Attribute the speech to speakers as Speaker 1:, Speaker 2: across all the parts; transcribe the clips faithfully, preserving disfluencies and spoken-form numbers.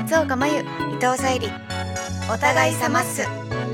Speaker 1: 松岡真優、伊藤沙莉、お互いさまっす。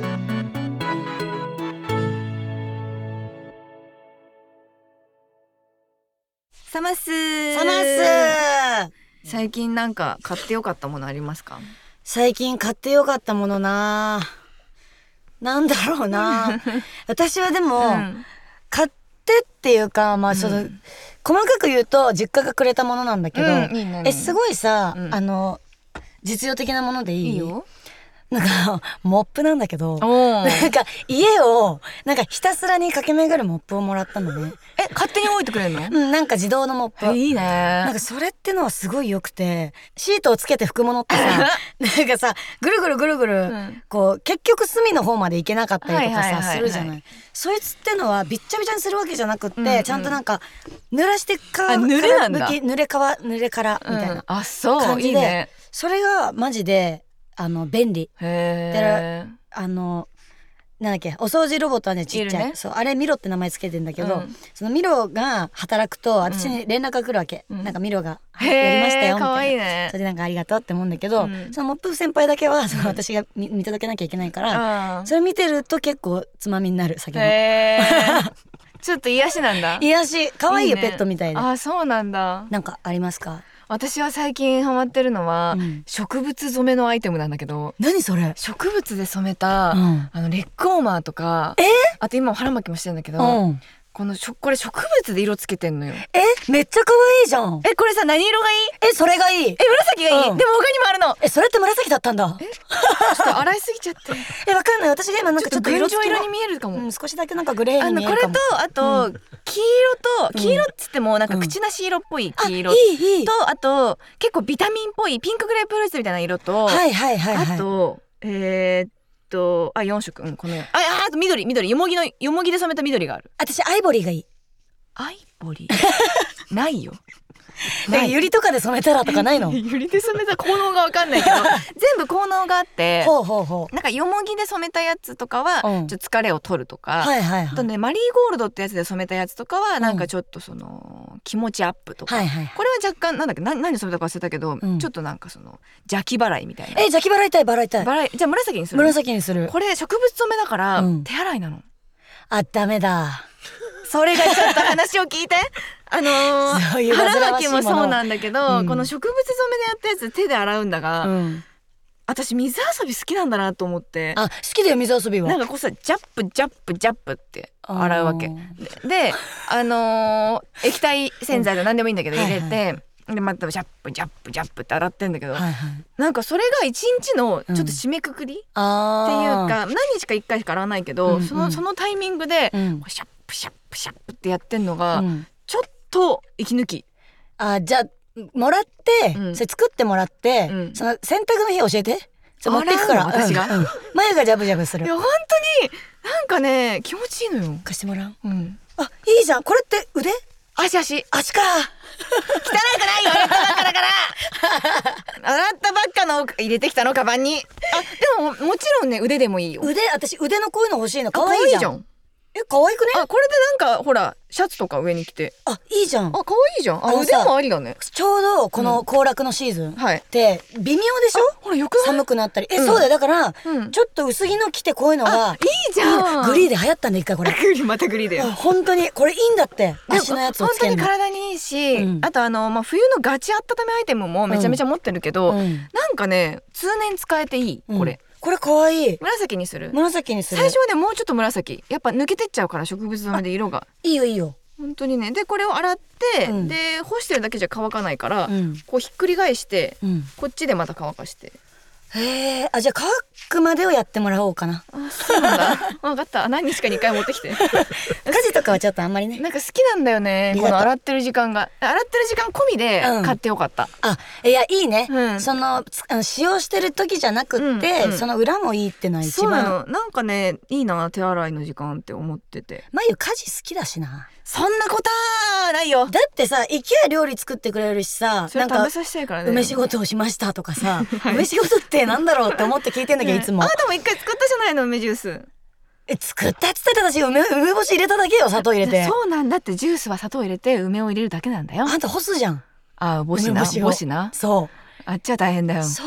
Speaker 1: サマッス
Speaker 2: サマッス。
Speaker 1: 最近なんか買ってよかったものありますか？
Speaker 2: 最近買ってよかったものななんだろうな私はでも、うん、買ってっていうかまあその、うん、細かく言うと実家がくれたものなんだけど、うん、いいね、えすごいさ、うん、あの実用的なものでいい？いいよ。なんかモップなんだけど、なんか家をなんかひたすらに駆け巡るモップをもらったのね。
Speaker 1: え、勝手に置いてくれるの？
Speaker 2: うん、なんか自動のモップ。
Speaker 1: いいね。
Speaker 2: なんかそれってのはすごい良くて、シートをつけて拭くものってさなんかさぐるぐるぐるぐる、うん、こう結局隅の方まで行けなかったりとかさするじゃない。そいつってのはびっちゃびちゃにするわけじゃなくって、うんうん、ちゃんとなんか濡らしてか
Speaker 1: 濡れなんだ。
Speaker 2: 濡れかわ濡れからみたいな感じで、うん、
Speaker 1: あそういいね。
Speaker 2: それがマジであの便利。
Speaker 1: へー。
Speaker 2: あのなんだっけ、お掃除ロボットはねちっちゃい、ね、そうあれミロって名前つけてんだけど、うん、そのミロが働くと私に連絡が来るわけ、うん、なんかミロがやりましたよみたいな。
Speaker 1: かわいいね。
Speaker 2: それでなんかありがとうって思うんだけど、うん、そのモップ先輩だけはその私が 見, 見届けなきゃいけないから、うん、それ見てると結構つまみになる酒の。
Speaker 1: へーちょっと癒しなんだ。
Speaker 2: 癒し、可愛いよいい、ね、ペットみたいで。
Speaker 1: あ、そうなんだ。
Speaker 2: なんかありますか？
Speaker 1: 私は最近ハマってるのは、うん、植物染めのアイテムなんだけど。
Speaker 2: 何それ？
Speaker 1: 植物で染めた、うん、あのレッグウォーマーとか、
Speaker 2: えー、
Speaker 1: あと今腹巻きもしてるんだけど、うん、このしょこれ植物で色つけてんのよ。
Speaker 2: え、めっちゃ可愛いじゃん。
Speaker 1: え、これさ何色がいい？
Speaker 2: え、それがいい。
Speaker 1: え、紫がいい、うん、でも他にもあるの。
Speaker 2: え、それって紫だったんだ。
Speaker 1: え、ちょっと洗いすぎちゃって
Speaker 2: え、わかんない。私が今なんかちょっと
Speaker 1: 色色色に見えるかも、
Speaker 2: うん、少しだけなんかグレーに見えるかも。
Speaker 1: あのこれとあと、うん、黄色と黄色っつってもなんか口なし色っぽい黄色と、
Speaker 2: うん、いいいい
Speaker 1: あと結構ビタミンっぽいピンクグレープフルーツみたいな色と、
Speaker 2: はいはいはいはい、
Speaker 1: あとえー、っとあよん色、うん、このああと緑緑よもぎのよもぎで染めた緑がある。
Speaker 2: 私アイボリーがいい。
Speaker 1: アイボリーないよ。
Speaker 2: え、ユリとかで染めたらとかないの？
Speaker 1: ユリで染めた効能が分かんないけど全部効能があって
Speaker 2: ほうほうほう。
Speaker 1: なんかよもぎで染めたやつとかは、うん、ちょっと疲れを取るとか、
Speaker 2: はいはいはい、
Speaker 1: あとねマリーゴールドってやつで染めたやつとかはなんかちょっとその、うん、気持ちアップとか、はいはいはい、これは若干なんだっけ、何何染めたか忘れたけど、うん、ちょっとなんかその邪気払いみたいな。
Speaker 2: え、邪気払いたい払いたい。
Speaker 1: 払いじゃあ紫にする。
Speaker 2: 紫にする。
Speaker 1: これ植物染めだから、うん、手洗いなの。
Speaker 2: あ、ダメだ。
Speaker 1: それがちょっと話を聞いてあのー、うう腹巻きもそうなんだけど、うん、この植物染めでやったやつ手で洗うんだが、うん、私水遊び好きなんだなと思って。
Speaker 2: あ、好きだよ水遊びは。
Speaker 1: なんかこうさジャップジャップジャップって洗うわけで、であのー、液体洗剤で何でもいいんだけど入れて、はいはい、でまたジャップジャップジャップって洗ってんだけど、はいはい、なんかそれが一日のちょっと締めくくり、うん、っていうか何日かいっかいしか洗わないけど、うんうん、そのそのタイミングで、うん、シャップシャップシャップってやってんのが、うん、ちょっと息抜き。
Speaker 2: あ、じゃあもらって、うん、それ作ってもらって、うん、その洗濯の日教えて。それ持っていくから
Speaker 1: 私が、
Speaker 2: うんうん、前がジャブジャブする。
Speaker 1: いや本当になんかね気持ちいいのよ。
Speaker 2: 貸してもらう、
Speaker 1: うん、
Speaker 2: あ、いいじゃん。これって腕？
Speaker 1: 足足
Speaker 2: 足か。
Speaker 1: 汚くないよ洗ったばっかだから洗ったばっかの入れてきたのカバンに。あ、でももちろんね腕でもいいよ。
Speaker 2: 腕、私腕のこういうの欲しいの。可愛いじゃん。え、可愛くね？
Speaker 1: あ、これでなんかほらシャツとか上に着て。
Speaker 2: あ、いいじゃん。
Speaker 1: あ、可愛いじゃん。あ、腕もありだね。
Speaker 2: ちょうどこの行楽のシーズンって微妙でしょ？
Speaker 1: ほらよくない？
Speaker 2: 寒くなったり。え、うん、そうだよ。だから、うん、ちょっと薄着の着てこういうのが
Speaker 1: いいじゃん。
Speaker 2: グリーで流行ったんで一回これ。
Speaker 1: グリーまたグリーで。
Speaker 2: 本当にこれいいんだって。足のやつをつけるの。
Speaker 1: 本当に体にいいし、うん、あとあのまあ冬のガチ温めアイテムもめちゃめちゃ持ってるけど、うんうん、なんかね通年使えていいこれ。うん、
Speaker 2: これ可愛い。
Speaker 1: 紫にする。
Speaker 2: 紫にする。
Speaker 1: 最初はねもうちょっと紫。やっぱ抜けてっちゃうから植物染めで色が。
Speaker 2: いいよいいよ。
Speaker 1: 本当にね。でこれを洗って、うん、で干してるだけじゃ乾かないから、うん、こうひっくり返して、うん、こっちでまた乾かして。
Speaker 2: へえ。あ、じゃあ乾くまでをやってもらおうかな。
Speaker 1: あ、そうなんだ。分かった。何日かにかい持ってきて。
Speaker 2: 家事とかはちょっとあんまりね。
Speaker 1: なんか好きなんだよね。この洗ってる時間が洗ってる時間込みで買ってよかった。
Speaker 2: うん、あ、いやいいね。うん、そのあの使用してる時じゃなくって、うんうん、その裏もいいってのは一番。
Speaker 1: そうなの。なんかねいいな手洗いの時間って思ってて。
Speaker 2: まゆ家事好きだしな。
Speaker 1: そんなことはないよ。
Speaker 2: だってさ、勢い料理作ってくれるしさ、
Speaker 1: それ食べさせたいからね。
Speaker 2: 梅仕事をしましたとかさ、はい、梅仕事ってなんだろうって思って聞いてんだけど、いつも。
Speaker 1: あなたも一回作ったじゃないの梅ジュース。
Speaker 2: え、作ったっつってたし、梅梅干し入れただけよ、砂糖入れて。
Speaker 1: そうなんだって。ジュースは砂糖入れて梅を入れるだけなんだよ。
Speaker 2: あんた干すじゃん。
Speaker 1: あ、干しな干しな。
Speaker 2: そう。
Speaker 1: あっちは大変だよ。
Speaker 2: そういう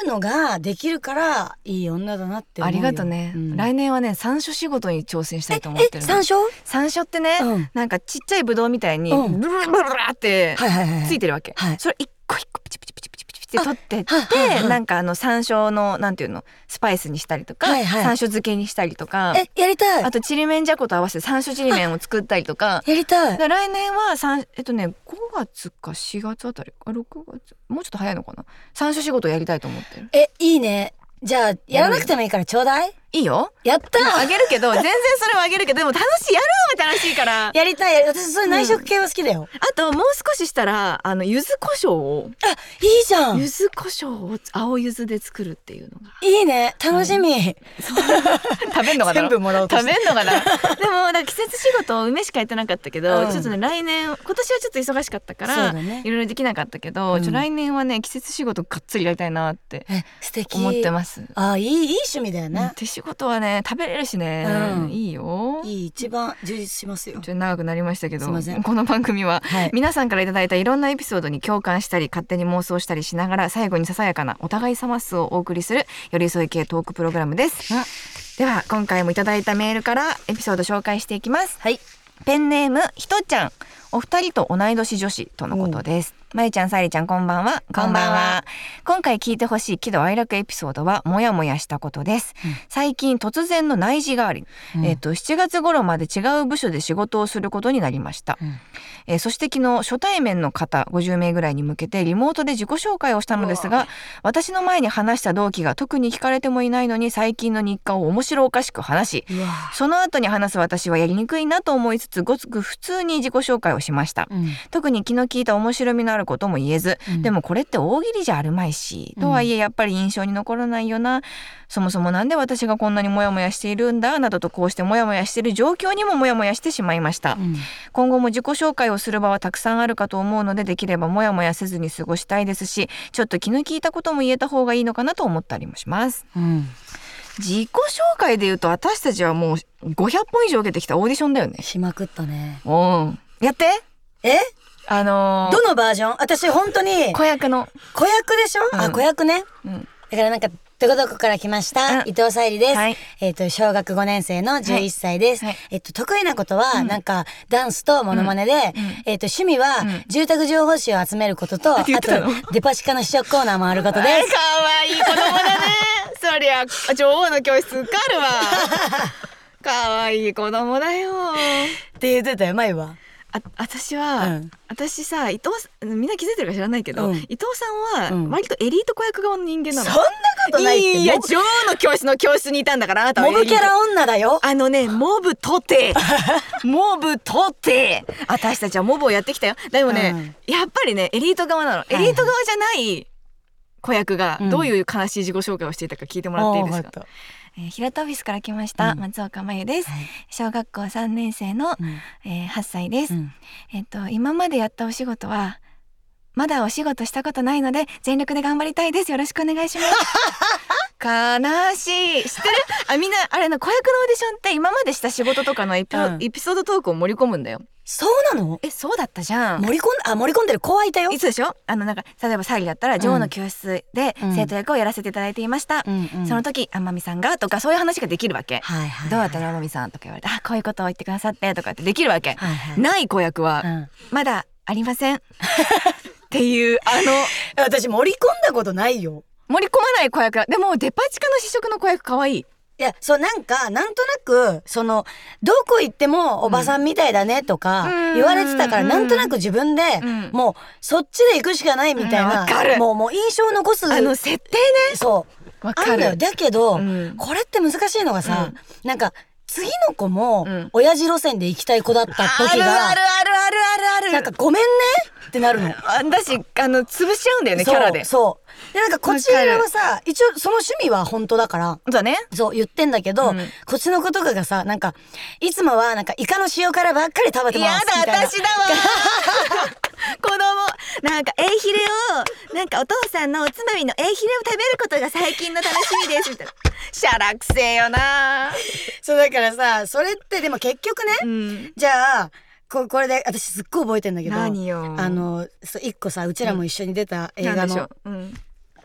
Speaker 2: いうのができるからいい女だなって思うよ。
Speaker 1: ありがとね、うん、来年はね山椒仕事に挑戦したいと思ってる。
Speaker 2: ええ山椒
Speaker 1: 山椒ってね、うん、なんかちっちゃいブドウみたいにブルブルブルブルってついてるわけ、はいはいはい、それ一個一個プチプチプチプチプチって取ってって、はいはい、なんかあの山椒のなんていうのスパイスにしたりとか、はいはい、山椒漬けにしたりとか、
Speaker 2: えやりたい。
Speaker 1: あとちりめんじゃこと合わせて山椒ちりめんを作ったりとか
Speaker 2: やりたい。
Speaker 1: 来年はさんえっとねごがつかしがつあたりかろくがつもうちょっと早いのかな、山椒仕事やりたいと思ってる。
Speaker 2: えいいね。じゃあやらなくてもいいからちょうだい。
Speaker 1: いいよ。
Speaker 2: やったー。
Speaker 1: あげるけど全然それはあげるけどでも楽しい、やるのが楽しいから
Speaker 2: やりたい。私それ内職系は好きだよ、
Speaker 1: うん、あともう少ししたらあの柚子胡椒を
Speaker 2: あいいじゃん。
Speaker 1: 柚子胡椒を青柚子で作るっていうのが
Speaker 2: いいね。楽しみ、うん、
Speaker 1: 食べんのかな
Speaker 2: 全部もらおうと
Speaker 1: 食べんのかなでもだ季節仕事梅しかやってなかったけど、うん、ちょっとね来年今年はちょっと忙しかったから、ね、いろいろできなかったけど、うん、ちょ来年はね季節仕事がっつりやりたいなって思ってます。
Speaker 2: あいいいい趣味だよね、うん、
Speaker 1: 手仕事はね食べれるしね、うん、いいよ。
Speaker 2: いい一番充実しますよ。
Speaker 1: ちょっと長くなりましたけど
Speaker 2: すいません。
Speaker 1: この番組は、はい、皆さんからいただいたいろんなエピソードに共感したり勝手に妄想したりしながら最後にささやかなお互いさま数をお送りする寄り添い系トークプログラムです、うん、では今回もいただいたメールからエピソード紹介していきます、はい、ペンネームひとちゃん、お二人と同い年女子とのことです。まゆちゃん、さゆりちゃん、こんばんは。
Speaker 2: こんばんは。
Speaker 1: 今回聞いてほしい喜怒哀楽エピソードはもやもやしたことです、うん、最近突然の内示があり、うんえー、としちがつ頃まで違う部署で仕事をすることになりました、うんえー、そして昨日初対面の方ごじゅうめいぐらいに向けてリモートで自己紹介をしたのですが、私の前に話した同期が特に聞かれてもいないのに最近の日課を面白おかしく話し、その後に話す私はやりにくいなと思いつつごつく普通に自己紹介をしました、うん、特に気の利いた面白みのあることも言えず、うん、でもこれって大喜利じゃあるまいし、うん、とはいえやっぱり印象に残らないよな、そもそもなんで私がこんなにモヤモヤしているんだなどとこうしてモヤモヤしている状況にもモヤモヤしてしまいました、うん、今後も自己紹介をする場はたくさんあるかと思うのでできればモヤモヤせずに過ごしたいですし、ちょっと気の利いたことも言えた方がいいのかなと思ったりもします、うん、自己紹介でいうと私たちはもうごひゃっぽん以上受けてきたオーディションだよね。
Speaker 2: しまくったね。
Speaker 1: おやって
Speaker 2: え
Speaker 1: あのー、
Speaker 2: どのバージョン？私本当に
Speaker 1: 子役の
Speaker 2: 子役でしょ、うん、あ子役ね、うん、だからなんかどこどこから来ました、うん、伊藤沙莉です、はい、えっ、ー、と小学ごねん生のじゅういっさいです、はいはい、えっ、ー、と得意なことは、うん、なんかダンスとモノマネで、うん、えっ、ー、と趣味は、うん、住宅情報誌を集めることと、あとデパ地下の試食コーナーもあることです。
Speaker 1: かわいい子供だねそりゃ女王の教室受かるわかわいい子供だよ
Speaker 2: って言ってたよ前は。
Speaker 1: あ私は、うん、私さ伊藤みんな気づいてるか知らないけど、うん、伊藤さんは割とエリート子役側の人間なの、
Speaker 2: うん、そんなことないって。
Speaker 1: いや女王の教室の教室にいたんだからあなたは
Speaker 2: モブキャラ女だよ。
Speaker 1: あのねモブとてモブとて私たちはモブをやってきたよ。でもね、うん、やっぱりねエリート側なの、はいはい、エリート側じゃない子役がどういう悲しい自己紹介をしていたか聞いてもらっていいですか、うんえー、平田オフィスから来ました、うん、松岡真由です、はい、小学校さんねん生の、うんえー、はっさいです、うんえー、と今までやったお仕事はまだお仕事したことないので全力で頑張りたいです。よろしくお願いします悲しい。知ってるあみんなあれの子役のオーディションって今までした仕事とかのエピ、うん、エピソードトークを盛り込むんだよ。
Speaker 2: そうなの？
Speaker 1: えそうだったじゃん。
Speaker 2: 盛り込んあ盛り込んでる子はいたよ。
Speaker 1: いつでしょ。あのなんか例えばサリだったら女王の教室で生徒役をやらせていただいていました、うんうん、その時天海さんがとかそういう話ができるわけ、はいはいはい、どうやったら天海さんとか言われてあこういうことを言ってくださってとかってできるわけ、はいはい、ない子役は、うん、まだありませんっていうあの
Speaker 2: 私盛り込んだことないよ。
Speaker 1: 盛り込まない子役でもデパ地下の試食の子役可愛い。
Speaker 2: いやそうなんかなんとなくそのどこ行ってもおばさんみたいだねとか言われてたから、うん、なんとなく自分で、うん、もうそっちで行くしかないみたいな、うん、もうもう印象を残す
Speaker 1: あの設定ね。
Speaker 2: そうわかる。だけど、うん、これって難しいのがさ、うん、なんか次の子も、うん、親父路線で行きたい子だった時が
Speaker 1: あるあるあるあるある
Speaker 2: なんかごめんねってなるの。
Speaker 1: だしあの潰しちゃうんだよねキャラで。
Speaker 2: そうでなんかこちらはさ一応その趣味は本当だから
Speaker 1: そうね
Speaker 2: そう言ってんだけど、うん、こっちの子とかがさなんかいつもはなんかイカの塩辛ばっかり食べてますみたいな。
Speaker 1: やだ私だわ子供なんかエイヒレをなんかお父さんのおつまみのエイヒレを食べることが最近の楽しみですみたいなしゃらくせえよな
Speaker 2: そうだからさそれってでも結局ね、うん、じゃあこ, これで私すっごい覚えてんだけど
Speaker 1: 何よ
Speaker 2: あのそう一個さうちらも一緒に出た映画の、うん、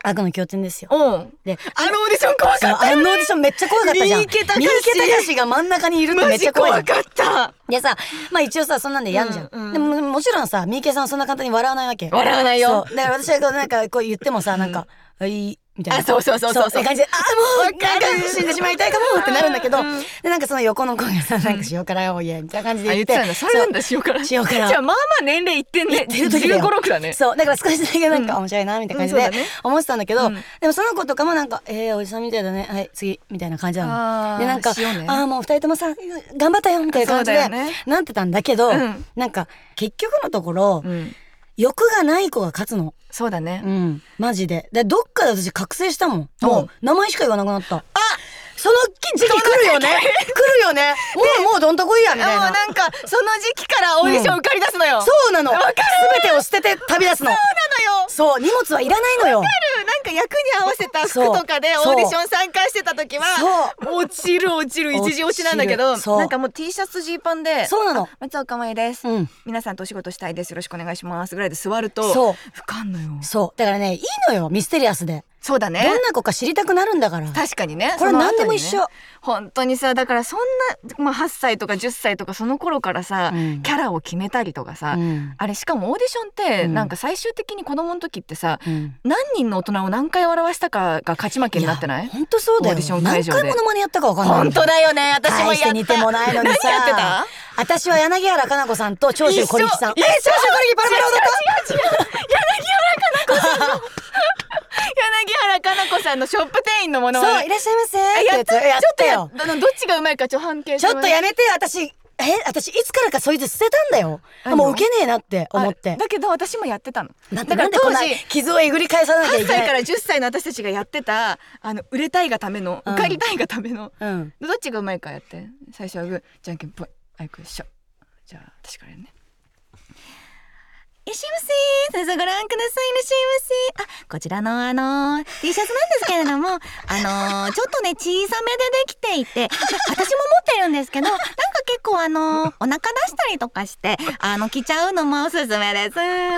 Speaker 2: 悪の経典ですよ。
Speaker 1: うん。
Speaker 2: で、
Speaker 1: あのオーディション怖かったよね。
Speaker 2: あのオーディションめっちゃ怖かったじゃん。
Speaker 1: 三池崇史。
Speaker 2: 三池崇史が真ん中にいるってめっちゃ怖い。
Speaker 1: マジ怖かった。
Speaker 2: でさ、まあ一応さ、そんなんでやんじゃん。うんうん、でももちろんさ、三池さんはそんな簡単に笑わないわけ。
Speaker 1: 笑わないよ。
Speaker 2: そう。だから私はこうなんかこう言ってもさ、なんか、うん、はい、みたいな。
Speaker 1: あ、そうそうそうそう。
Speaker 2: そう。感じで、あ、もう、なんか死んでしまいたいかもってなるんだけど、うん、で、なんかその横の子がさ、なんか塩辛を言え、みたいな感じで言って。
Speaker 1: あ、言ってたんだ。それなんだ、塩辛。塩辛。じゃあ、まあまあ年齢いってんね。じゅうご、ろくだね。
Speaker 2: そう。だから少しだけなんか面白いな、みたいな感じで思ってたんだけど、でもその子とかもなんか、えー、おじさんみたいだね。はい、次、みたいな感じなの。で、なんか、ああ、もう二人ともさ、頑張ったよ、みたいな感じで、なってたんだけど、なんか、結局のところ、欲がない子が勝つの。
Speaker 1: そうだね。
Speaker 2: うん。マジで。で、どっかで私覚醒したもん。もう、名前しか言わなくなった。あ、その時期来るよね。来るよね。もう、もうどんとこいや、みたいな。
Speaker 1: もうなんか、その時期からオーディション受かり出すのよ。うん、
Speaker 2: そうなの。わかる。すべてを捨てて旅立つの。
Speaker 1: そうなのよ。
Speaker 2: そう、荷物はいらないのよ。
Speaker 1: わかる。なんか役に合わせた服とかでオーディション参加してた時は、落ちる落ちる、一時落ちなんだけど、なんかもう T シャツジーパンで、
Speaker 2: そうなの。
Speaker 1: 松岡茉優です。うん、皆さんとお仕事したいです。よろしくお願いします。ぐらいで座ると、そう。受かんのよ。
Speaker 2: そう。だからね、いいのよ、ミステリアスで。
Speaker 1: そうだね。
Speaker 2: どんな子か知りたくなるんだから。
Speaker 1: 確かにね。
Speaker 2: これ何でも一緒。
Speaker 1: 本当にさ、だからそんな、まあ、はっさいとかじゅっさいとかその頃からさ、うん、キャラを決めたりとかさ、うん、あれしかもオーディションってなんか最終的に子供の時ってさ、うん、何人の大人を何回表したかが勝ち負けになってない？
Speaker 2: 本当そうだよ。
Speaker 1: オーディション会場で
Speaker 2: 何回モノマネやったか分かんない。
Speaker 1: 本当だよね。私もやった。
Speaker 2: 大して似てもないのにさ。
Speaker 1: 何やってた？
Speaker 2: 私は柳原加奈子さんと長州小力さん。
Speaker 1: え、長州小力パラパラ踊った？違う違う違う。柳原加奈子さんの。柳原加奈子さんのショップ店員のものまね。
Speaker 2: そう、いらっしゃいませ。
Speaker 1: やった。やったよ。どっちがうまいかちょっと判定して。
Speaker 2: ちょっとやめてよ、私。え、私いつからかそいつ捨てたんだよ。もう受けねえなって思って。
Speaker 1: だけど私もやってたの。
Speaker 2: だから当時傷をえぐり返さなきゃいけない。
Speaker 1: はっさいからじゅっさいの私たちがやってた、あの売れたいがための、受かりたいがための、どっちがうまいかやって。最初はグー、じゃんけんぽい、あいこよっしょ。じゃあ私からやるね。いらっしゃいませ。どうぞご覧ください。いらっしゃいませ。あ、こちらのあのー、T シャツなんですけれども、あのー、ちょっとね小さめでできていて、私も持ってるんですけど、なんか結構あのー、お腹出したりとかしてあの着ちゃうのもおすすめです。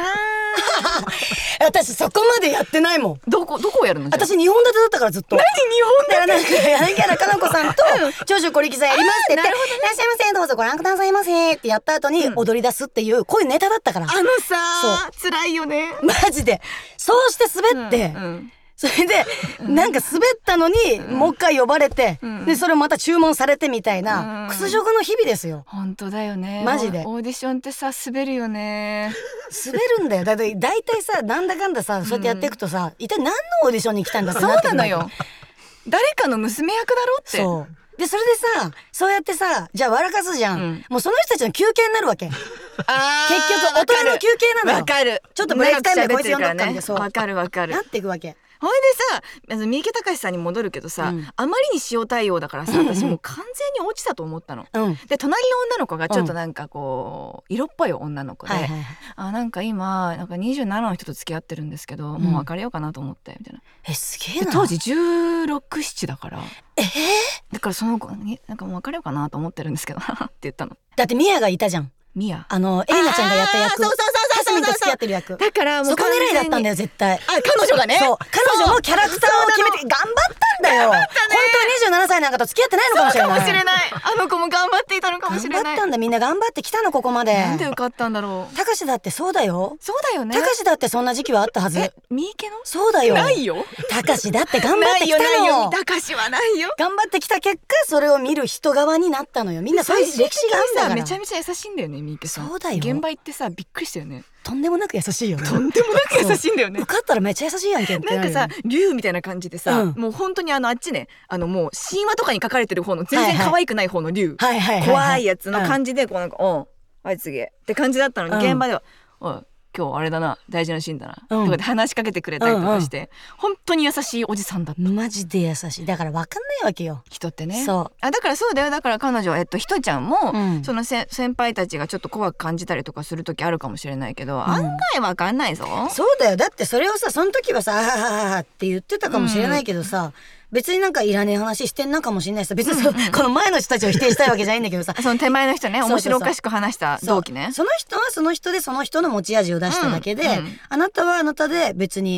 Speaker 2: 私そこまでやってないもん。
Speaker 1: どこどこをやるの？
Speaker 2: 私にほん立てだったからずっと。
Speaker 1: 何にほん立て？
Speaker 2: なんか柳原加奈子さんと長州小力さんやりますって言って、いらっしゃいませ、どうぞご覧くださいませってやった後に踊り出すっていうこういうネタだったから。
Speaker 1: あのさ、辛いよね。
Speaker 2: マジでそうして滑って、うんうん、それで、うん、なんか滑ったのに、うん、もう一回呼ばれて、うん、でそれをまた注文されてみたいな、うん、屈辱の日々ですよ。
Speaker 1: 本当だよね。
Speaker 2: マジで
Speaker 1: オーディションってさ滑るよね。
Speaker 2: 滑るんだよ。だいたいさなんだかんださそうやってやっていくとさ、うん、一体何のオーディションに来たんだってなってるんだよ。
Speaker 1: そうなのよ。誰かの娘役だろって。
Speaker 2: そうでそれでさそうやってさじゃあ笑かすじゃん、うん、もうその人たちの休憩になるわけ。あ結局大人の休憩なのよ。
Speaker 1: わかる。
Speaker 2: ちょっとブレイクタイムでこいつ呼んどっかみたいな。そう
Speaker 1: わかるわかる。
Speaker 2: なっていくわけ。
Speaker 1: ほいでさ三池崇史さんに戻るけどさ、うん、あまりに塩対応だからさ私もう完全に落ちたと思ったの、うん、で隣の女の子がちょっとなんかこう色っぽい女の子で、はいはい、あなんか今なんかにじゅうななの人と付き合ってるんですけど、うん、もう別れようかなと思ってみたいな。
Speaker 2: えすげえな。
Speaker 1: 当時じゅうろく、ななだからえー、だからその子になんかもう別れようかなと思ってるんですけどって言ったの。
Speaker 2: だってミヤがいたじゃん。
Speaker 1: ミヤ
Speaker 2: あのエリナちゃんがやった役。そうそうそうそうそうそう。付き合ってる役。
Speaker 1: だからもう
Speaker 2: そこ狙いだったんだよ絶対。あ
Speaker 1: 彼女がね。
Speaker 2: そう彼女もキャラクターを決めて頑張ったんだよ。本当はにじゅうななさいなんかと付き合ってないのかもしれない。
Speaker 1: そうかもしれない。あの子も頑張っていたのかもしれない。
Speaker 2: 頑張ったんだ。みんな頑張ってきたのここまで。
Speaker 1: なんで受かったんだろう。
Speaker 2: たかしだってそうだよ。
Speaker 1: そうだよね。
Speaker 2: たかしだってそんな時期はあったはず。
Speaker 1: え三池の？
Speaker 2: そうだよ。
Speaker 1: ないよ。
Speaker 2: たかしだって頑張ってきたの。
Speaker 1: ないよないよ。たかしはないよ。
Speaker 2: 頑張ってきた結果それを見る人側になったのよ。みんなそういう歴史があるんだから。
Speaker 1: めちゃめちゃ優しいんだよね三池さん。
Speaker 2: そうだよ。
Speaker 1: 現場行ってさびっくりしたよね。
Speaker 2: とんでもなく優しいよね。
Speaker 1: とんでもなく優しいんだよね。
Speaker 2: 受かったらめっちゃ優しいやんけって。
Speaker 1: なんかさ竜みたいな感じでさ、うん、もう本当にあのあっちねあのもう神話とかに書かれてる方の全然可愛くない方の竜、はいはい、怖いやつの感じでこうなんか、うん、はい次って感じだったのに、うん、現場ではおい今日あれだな大事なシーンだな、うん、とかで話しかけてくれたりとかして、うんうん、本当に優しいおじさんだった。
Speaker 2: マジで優しい。だから分かんないわけよ
Speaker 1: 人ってね。
Speaker 2: そう
Speaker 1: あだからそうだよ。だから彼女はえっとひとちゃんも、うん、そのせ先輩たちがちょっと怖く感じたりとかする時あるかもしれないけど、うん、案外分かんないぞ。
Speaker 2: そうだよ。だってそれをさその時はさあははって言ってたかもしれないけどさ、うん別になんかいらねえ話してんなかもしれないし別にそ、うんうん、この前の人たちを否定したいわけじゃないんだけどさ
Speaker 1: その手前の人ね面白おかしく話した同期ね。
Speaker 2: その人はその人でその人の持ち味を出しただけで、うんうん、あなたはあなたで別に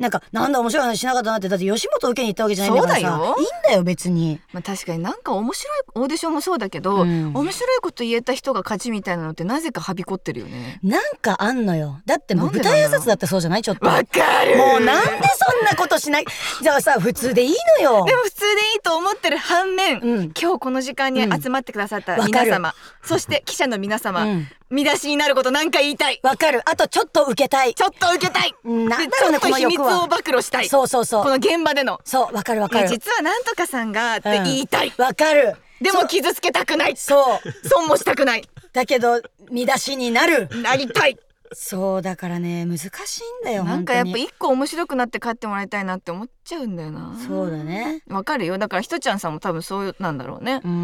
Speaker 2: なんかなんだ面白い話しなかったなって、だって吉本受けに行ったわけじゃないんだからさ、
Speaker 1: そうだよ
Speaker 2: いいんだよ別に。
Speaker 1: まあ、確かになんか面白いオーディションもそうだけど、うん、面白いこと言えた人が勝ちみたいなのってなぜかはびこってるよね。
Speaker 2: なんかあんのよ。だってもう舞台挨拶だってそうじゃない？ちょっと
Speaker 1: わかる。
Speaker 2: もうなんでそんなことしない。じゃあさ普通でいいのよ。
Speaker 1: でも普通でいいと思ってる反面、うん、今日この時間に集まってくださった皆様、うん、そして記者の皆様、うん、見出しになることなんか言いたい。
Speaker 2: わかる。あとちょっと受けたい。
Speaker 1: ちょっと受けたい。
Speaker 2: なんだろうね、
Speaker 1: ちょっと秘密を暴露したい。
Speaker 2: そうそうそう。
Speaker 1: この現場での。
Speaker 2: そう、わかるわかる。
Speaker 1: 実はなんとかさんがって言いたい。
Speaker 2: わ、うん、かる。
Speaker 1: でも傷つけたくない。
Speaker 2: そう。
Speaker 1: 損もしたくない。
Speaker 2: だけど見出しになる。
Speaker 1: なりたい。
Speaker 2: そうだからね難しいんだよ。
Speaker 1: なんかやっぱ一個面白くなって帰ってもらいたいなって思っちゃうんだよな。
Speaker 2: そうだね。
Speaker 1: わかるよ。だからひとちゃんさんも多分そうなんだろうね、
Speaker 2: うん、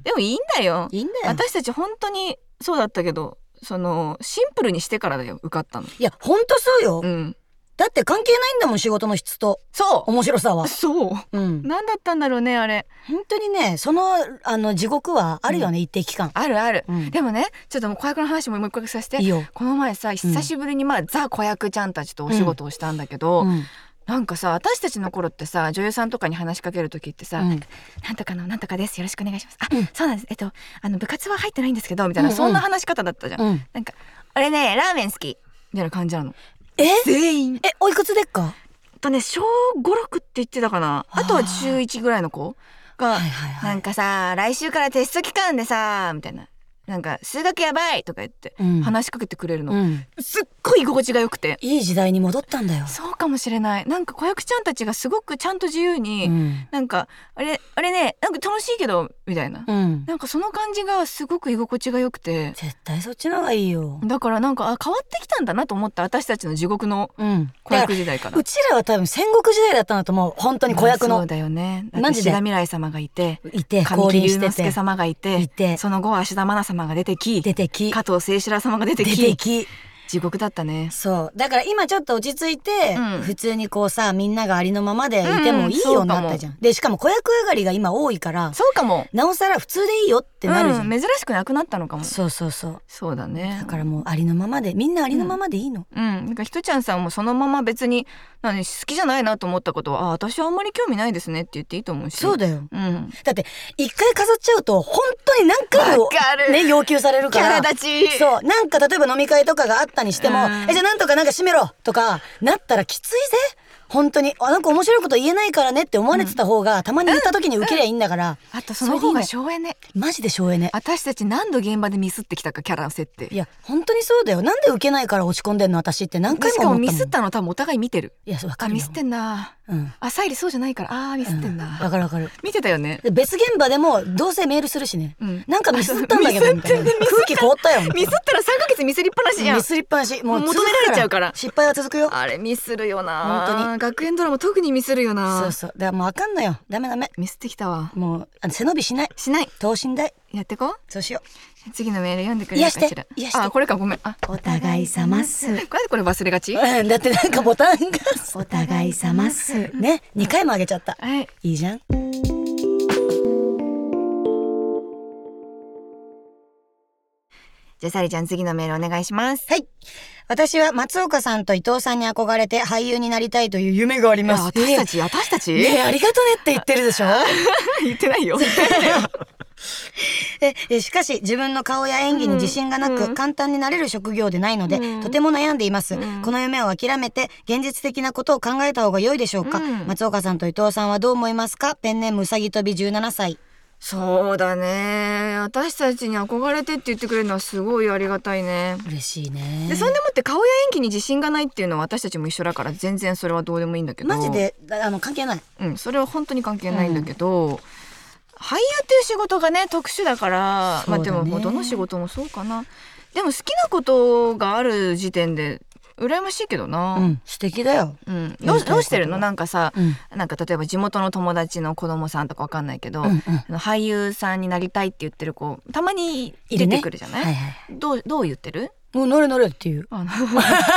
Speaker 1: でもいいんだよ。
Speaker 2: いいんだよ。
Speaker 1: 私たち本当にそうだったけど、そのシンプルにしてからだよ受かったの。
Speaker 2: いやほんとそうよ、
Speaker 1: うん、
Speaker 2: だって関係ないんだもん仕事の質と
Speaker 1: そう
Speaker 2: 面白さは。
Speaker 1: そう、うん、何だったんだろうねあれ。
Speaker 2: 本当にねそのあの地獄はあるよね、うん、一定期間。
Speaker 1: あるある、うん、でもねちょっともう子役の話ももう一回させて。
Speaker 2: いいよ。
Speaker 1: この前さ久しぶりにまあ、うん、ザ子役ちゃんたちとお仕事をしたんだけど、うんうん、なんかさ私たちの頃ってさ女優さんとかに話しかける時ってさ、うん、なんとかのなんとかですよろしくお願いします。あ、うん、そうなんですえっとあの部活は入ってないんですけどみたいな、うんうん、そんな話し方だったじゃん、うん、なんかあれねラーメン好きみたいな感じなの。
Speaker 2: え
Speaker 1: 全員
Speaker 2: えおいくつでっか。
Speaker 1: とね小ごろくって言ってたかな。あとは中いちぐらいの子が、はいはいはい、なんかさ来週からテスト期間でさみたいな、なんか数学やばいとか言って話しかけてくれるの、うん、すっごい居心地が良くて
Speaker 2: いい時代に戻ったんだよ。
Speaker 1: そうかもしれない。なんか子役ちゃんたちがすごくちゃんと自由に、うん、なんかあれあれねなんか楽しいけどみたいな、うん、なんかその感じがすごく居心地が良くて。
Speaker 2: 絶対そっちの方がいいよ。
Speaker 1: だからなんかあ変わってきたんだなと思った。私たちの地獄の子役時代から、
Speaker 2: うん、うちらは多分戦国時代だったなと思う。本当に子役の、
Speaker 1: そうだよね。だって志田未来様がいて
Speaker 2: いて
Speaker 1: 神木隆之介様がいて
Speaker 2: いて
Speaker 1: その後は芦田愛菜様が出てき
Speaker 2: 出てき
Speaker 1: 加藤清史郎様が出てき
Speaker 2: 出てき
Speaker 1: 地獄だったね。
Speaker 2: そうだから今ちょっと落ち着いて、うん、普通にこうさみんながありのままでいてもいいようになったじゃん、うん、でしかも子役上がりが今多いから
Speaker 1: そうかも
Speaker 2: なおさら普通でいいよってなるじゃん、
Speaker 1: うん、珍しくなくなったのかも。
Speaker 2: そうそうそう
Speaker 1: そうだね。
Speaker 2: だからもうありのままでみんなありのままでいいの。
Speaker 1: うん、うん、なんかひとちゃんさんもそのまま別に何好きじゃないなと思ったことはあ私はあんまり興味ないですねって言っていいと思うし。
Speaker 2: そうだよ、
Speaker 1: うん、
Speaker 2: だって一回飾っちゃうと本当に何回も、ね、要求されるから
Speaker 1: キャラ立ち。
Speaker 2: そうなんか例えば飲み会とかがあったにしても、うん、えじゃあなんとかなんか閉めろとかなったらきついぜ本当に。あなんか面白いこと言えないからねって思われてた方が、うん、たまに言った時に受けりゃいいんだから、うんうん、
Speaker 1: あとその方が省エネ。
Speaker 2: マジで省エネ。
Speaker 1: 私たち何度現場でミスってきたかキャラの設定。
Speaker 2: いや本当にそうだよ。なんで受けないから落ち込んでんの私って何回も思ったもん。
Speaker 1: しかもミスったの多分お互い見てる。
Speaker 2: いや分かるよ。
Speaker 1: ミスってんな、うん、あ沙莉そうじゃないからあーミスってんな、
Speaker 2: 分、うん、かる分かる。
Speaker 1: 見てたよね。
Speaker 2: 別現場でもどうせメールするしね、うん、なんかミスったんだけどみたいな空気凍ったよ
Speaker 1: ミスったらさんかげつミスりっぱなしじゃん。
Speaker 2: ミスりっぱなしもう
Speaker 1: 求められちゃうから
Speaker 2: 失敗は続くよ。
Speaker 1: あれミスるよな
Speaker 2: 本当に。
Speaker 1: 学園ドラマ特にミスるよな。
Speaker 2: そうそうだからもうあかんのよ。ダメダメ。
Speaker 1: ミスってきたわ。
Speaker 2: もうあの背伸びしない
Speaker 1: しない
Speaker 2: 等身大
Speaker 1: やってこう。
Speaker 2: そうしよ
Speaker 1: う。次のメール読んでくれるかしら。
Speaker 2: 癒して癒して。
Speaker 1: あこれかごめん。あ
Speaker 2: お互いさますこ
Speaker 1: れこれ忘れがち、
Speaker 2: うん、だってなんかボタンがお互いさますねにかいもあげちゃった、
Speaker 1: はい、
Speaker 2: いいじゃん。
Speaker 1: じゃあサリちゃん次のメールお願いします。
Speaker 2: はい。私は松岡さんと伊藤さんに憧れて俳優になりたいという夢があります。
Speaker 1: 私たち、えー、私たち
Speaker 2: ねえありがとねって言ってるでしょ
Speaker 1: 言ってないよ
Speaker 2: えしかし自分の顔や演技に自信がなく、うん、簡単になれる職業でないので、うん、とても悩んでいます、うん、この夢を諦めて現実的なことを考えた方が良いでしょうか、うん、松岡さんと伊藤さんはどう思いますか。ペンネームうさぎ跳びじゅうななさい。
Speaker 1: そうだね私たちに憧れてって言ってくれるのはすごいありがたいね。
Speaker 2: 嬉しいね。
Speaker 1: でそんでもって顔や演技に自信がないっていうのは私たちも一緒だから全然それはどうでもいいんだけど
Speaker 2: マジであの関係ない。
Speaker 1: うんそれは本当に関係ないんだけど、うん、俳優っていう仕事がね特殊だからまあでもどの仕事もそうかな。でも好きなことがある時点で羨ましいけどな、
Speaker 2: うん、素敵だよ、
Speaker 1: うん、どう、どうしてるのなんかさ、うん、なんか例えば地元の友達の子供さんとかわかんないけど、うんうん、俳優さんになりたいって言ってる子たまに出てくるじゃない、ねはいはい、どう、どう言ってる？
Speaker 2: もう乗れ乗れっていう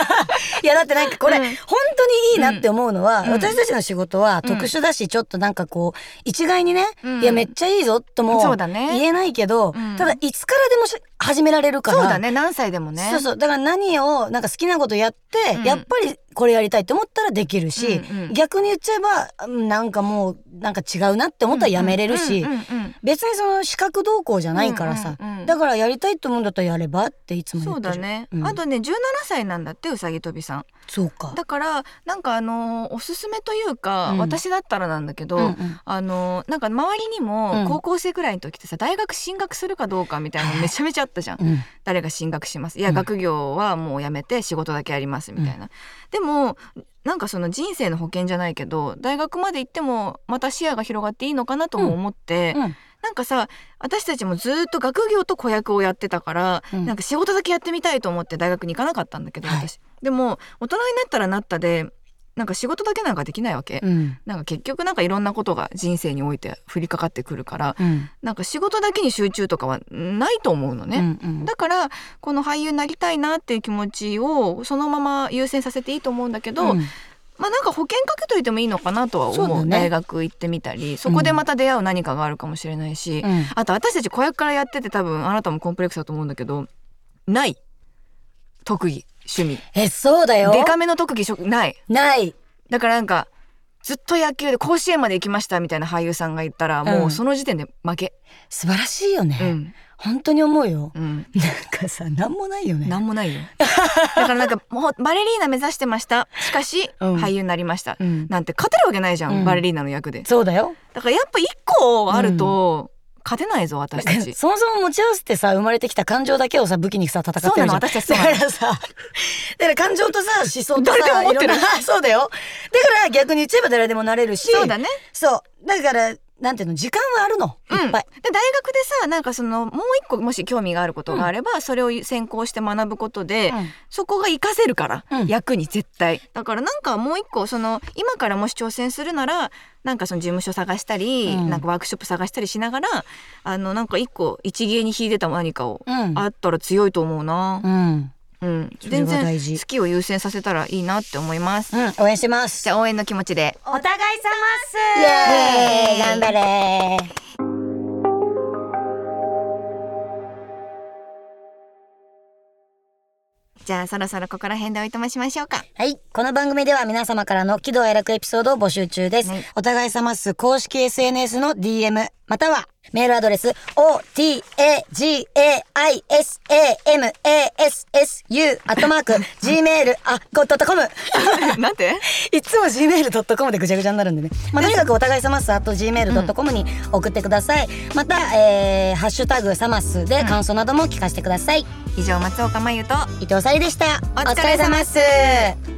Speaker 2: いやだってなんかこれ、
Speaker 1: うん、
Speaker 2: 本当にいいなって思うのは、
Speaker 1: うん、
Speaker 2: 私たちの仕事は特殊だし、ちょっとなんかこう一概にね、うん、いやめっちゃいいぞとも言えないけど、ね、ただいつからでも始められるから。
Speaker 1: そうだね、何歳でもね。
Speaker 2: そうそう、だから何をなんか好きなことやって、うん、やっぱりこれやりたいって思ったらできるし、うんうん、逆に言っちゃえばなんかもうなんか違うなって思ったらやめれるし、別にその資格どうこうじゃないからさ、うんうんうん、だからやりたいと思うんだったらやればっていつも言ってる。
Speaker 1: そうだね、うん、あとねじゅうななさいなんだって、うさぎ跳びさん。
Speaker 2: そうか。
Speaker 1: だからなんかあのー、おすすめというか、うん、私だったらなんだけど、うんうん、あのー、なんか周りにも高校生くらいの時ってさ、大学進学するかどうかみたいなのめちゃめちゃあったじゃん、うん、誰が進学します、いや、うん、学業はもうやめて仕事だけやりますみたいな、うん、でもなんかその人生の保険じゃないけど、大学まで行ってもまた視野が広がっていいのかなとも思って、うんうん、なんかさ、私たちもずっと学業と子役をやってたから、うん、なんか仕事だけやってみたいと思って大学に行かなかったんだけど、はい、私でも大人になったらなったでなんか仕事だけなんかできないわけ、うん、なんか結局なんかいろんなことが人生において降りかかってくるから、うん、なんか仕事だけに集中とかはないと思うのね、うんうん、だからこの俳優になりたいなっていう気持ちをそのまま優先させていいと思うんだけど、うん、まあなんか保険かけといてもいいのかなとは思う。う、ね、大学行ってみたりそこでまた出会う何かがあるかもしれないし、うん、あと私たち子役からやってて多分あなたもコンプレックスだと思うんだけど、ない特技趣味。
Speaker 2: え、そうだよ。
Speaker 1: デカめの特技ない
Speaker 2: ない
Speaker 1: だからなんかずっと野球で甲子園まで行きましたみたいな俳優さんが言ったら、もうその時点で負け。
Speaker 2: 素晴らしいよね、うん、本当に思うよ、うん、なんかさ、なんもないよね。
Speaker 1: なんもないよだからなんかもうバレリーナ目指してました、しかし、うん、俳優になりました、うん、なんて勝てるわけないじゃん、うん、バレリーナの役で。
Speaker 2: そうだよ。
Speaker 1: だからやっぱ一個あると、うん勝てないぞ私たち。
Speaker 2: そもそも持ち合わせてさ、生まれてきた感情だけをさ武器にさ戦ってるじゃん。
Speaker 1: そうなの、私たちそうなの。
Speaker 2: だからさ、だから感情とさ思想とさ
Speaker 1: 誰でも持ってる。
Speaker 2: そうだよ。だから逆に言っちゃえば誰でもなれるし。
Speaker 1: そうだね。
Speaker 2: そうだからなんていうの、時間はあるの、いっぱい、うん、で大学でさ、なんかそのもう一個もし興味があることがあれば、うん、それを専攻して学ぶことで、うん、そこが活かせるから、うん、役に絶対。だからなんかもう一個その今からもし挑戦するならなんかその事務所探したり、うん、なんかワークショップ探したりしながら、あのなんか一個一芸に秀でた何かを、うん、あったら強いと思うな。うんうん、全然好きを優先させたらいいなって思います、うん、応援してます。
Speaker 1: じゃあ応援の気持ちで
Speaker 2: お互い様っす。イエーイ、頑張れー。
Speaker 1: じゃあそろそろここら辺でおいとましましょうか。
Speaker 2: はい、この番組では皆様からの喜怒哀楽エピソードを募集中です、はい、お互い様っす公式 エスエヌエス の ディーエム またはメールアドレス オーティーエージーエーアイエスエーエムエーエスエスユー アットマーク ジーメール あドットコム
Speaker 1: なんて
Speaker 2: いつも ジーメール ドットコム でぐちゃぐちゃになるんでね、まあ、とにかくお互い様っす アット ジーメール ドットコム に送ってください、うん、また、えー、ハッシュタグサマスで感想なども聞かせてください、
Speaker 1: うん、以上松岡真優と
Speaker 2: 伊藤沙莉でした。
Speaker 1: お疲れ様っす。